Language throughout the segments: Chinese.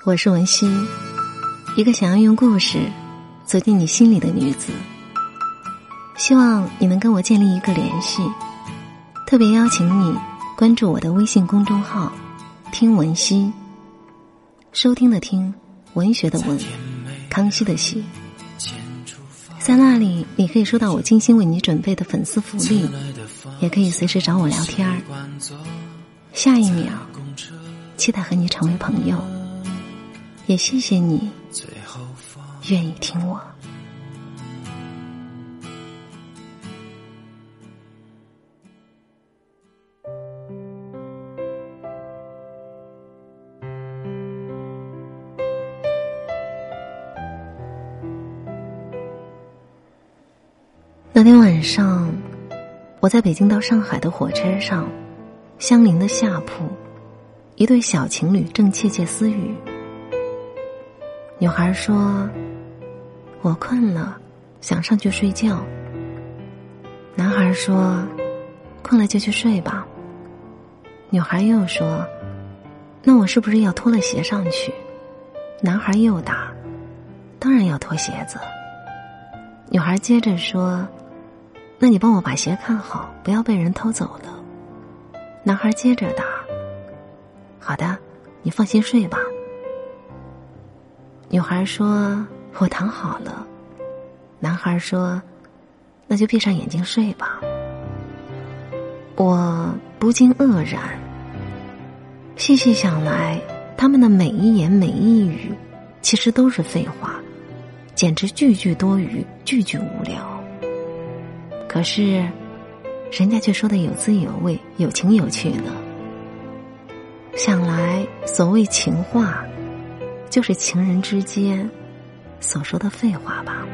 我是文熙，一个想要用故事走进你心里的女子。希望你能跟我建立一个联系，特别邀请你关注我的微信公众号听文熙，收听的听，文学的文，康熙的熙。在那里你可以收到我精心为你准备的粉丝福利，也可以随时找我聊天。下一秒期待和你成为朋友，也谢谢你愿意听我。那天晚上，我在北京到上海的火车上，相邻的下铺，一对小情侣正窃窃私语。女孩说：“我困了，想上去睡觉。”男孩说：“困了就去睡吧。”女孩又说：“那我是不是要脱了鞋上去？”男孩又答：“当然要脱鞋子。”女孩接着说：“那你帮我把鞋看好，不要被人偷走了。”男孩接着答：“好的，你放心睡吧。”女孩说：“我躺好了。”男孩说：“那就闭上眼睛睡吧。”我不禁愕然，细细想来，他们的每一言每一语其实都是废话，简直句句多余，句句无聊。可是人家却说得有滋有味，有情有趣的。想来所谓情话，就是情人之间所说的废话吧。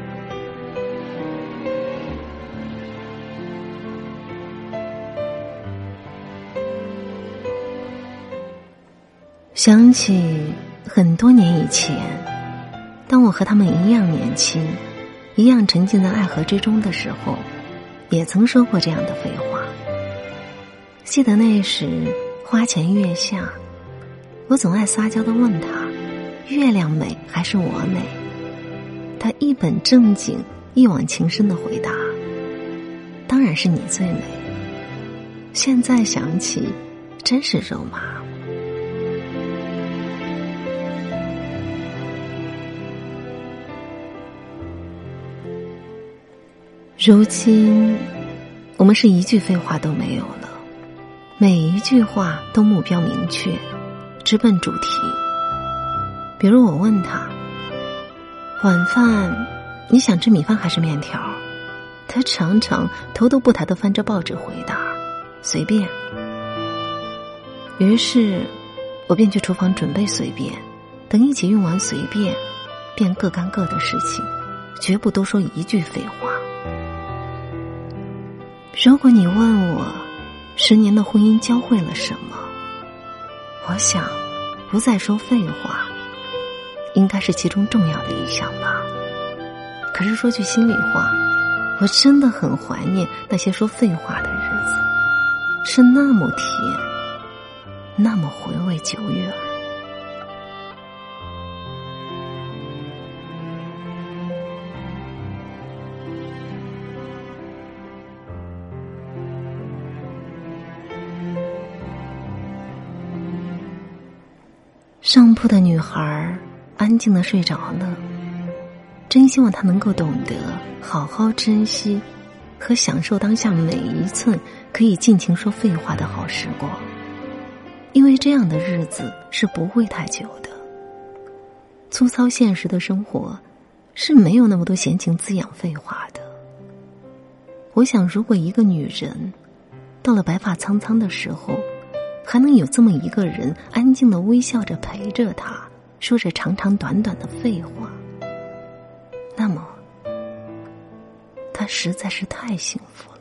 想起很多年以前，当我和他们一样年轻，一样沉浸在爱河之中的时候，也曾说过这样的废话。记得那时花前月下，我总爱撒娇地问他，月亮美还是我美？他一本正经一往情深地回答，当然是你最美。现在想起真是肉麻。如今我们是一句废话都没有了，每一句话都目标明确，直奔主题。比如我问他，晚饭你想吃米饭还是面条？他常常头都不抬地翻着报纸回答，随便。于是我便去厨房准备随便，等一起用完随便，便各干各的事情，绝不多说一句废话。如果你问我10年的婚姻教会了什么，我想不再说废话应该是其中重要的一项吧。可是说句心里话，我真的很怀念那些说废话的日子，是那么甜，那么回味久远。上铺的女孩安静地睡着了，真希望她能够懂得好好珍惜和享受当下每一寸可以尽情说废话的好时光，因为这样的日子是不会太久的。粗糙现实的生活是没有那么多闲情滋养废话的。我想，如果一个女人到了白发苍苍的时候，还能有这么一个人安静地微笑着陪着她，说着长长短短的废话，那么她实在是太幸福了。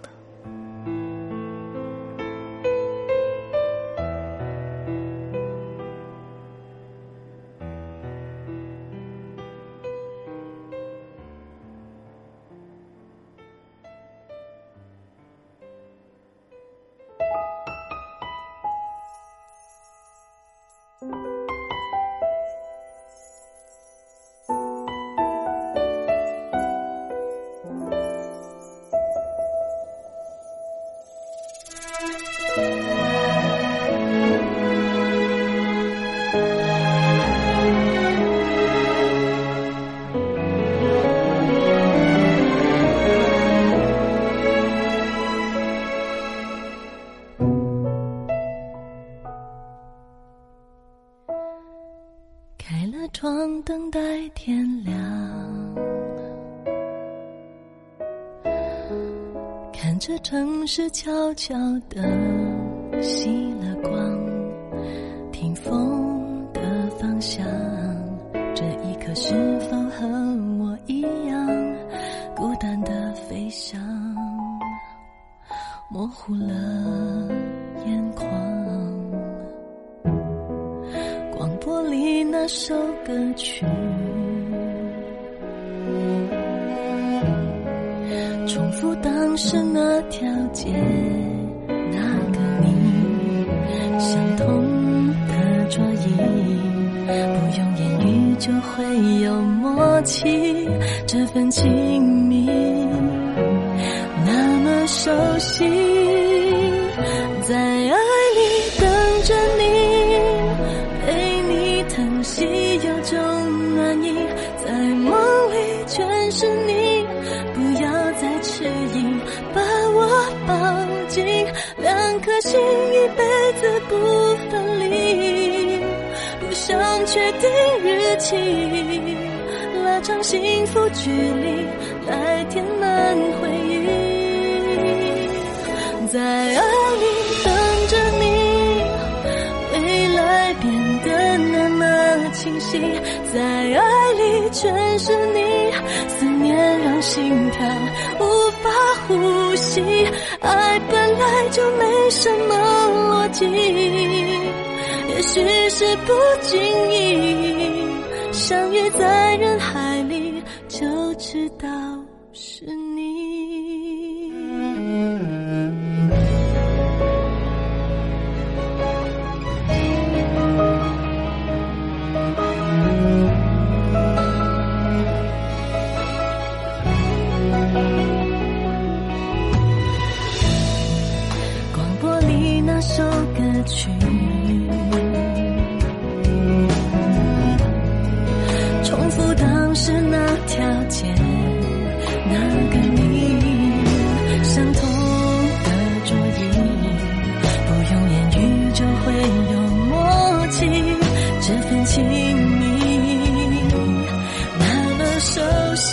了床等待天亮，看着城市悄悄地熄了光，听风的方向，这一刻是否和我一样孤单的飞翔，模糊了眼眶。广播里那首歌曲重复当时那条街，那个你，相同的桌椅，不用言语就会有默契，这份亲密那么熟悉，在爱里等着你，陪你疼惜有种暖意，在梦里全是你，不要再迟疑，把我抱紧，两颗心一辈子不分离，不想确定日期，拉长幸福距离，来填满回忆，在爱里等着你，未来变得那么清晰，在爱里全是你，思念让心跳无法呼吸，爱本来就没什么逻辑，也许是不经意相遇在人海里，就知道是你。广播里那首歌曲重复当时那条街，那个你，相同的桌椅，不用言语就会有默契，这份亲密那么熟悉，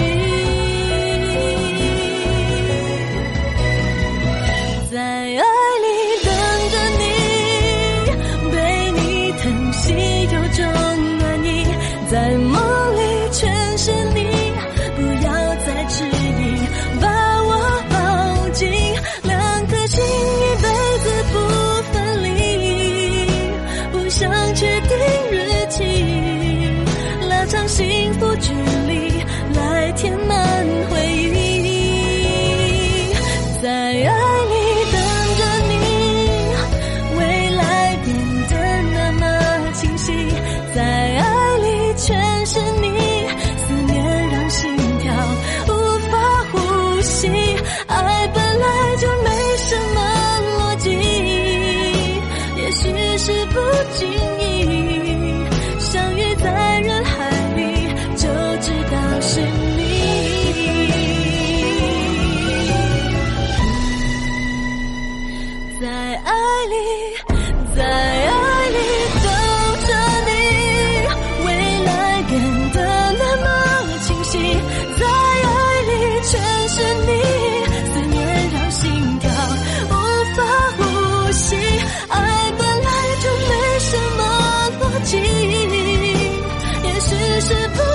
在爱里等着你，被你疼惜有种暖意，在梦里全是你，不要再迟疑，把我抱紧，两颗心一辈子不分离，不想确定日期，拉长幸福距离，来填满回忆，在爱里等着你，未来变得那么清晰，在爱里全是你，思念让心跳无法呼吸，爱本来就没什么逻辑，也许是不经意相遇在人海里，就知道是你，在爱里，在爱里等着你，未来变得那么清晰，在爱里全是你，思念让心跳无法呼吸，爱本来就没什么逻辑，也许是不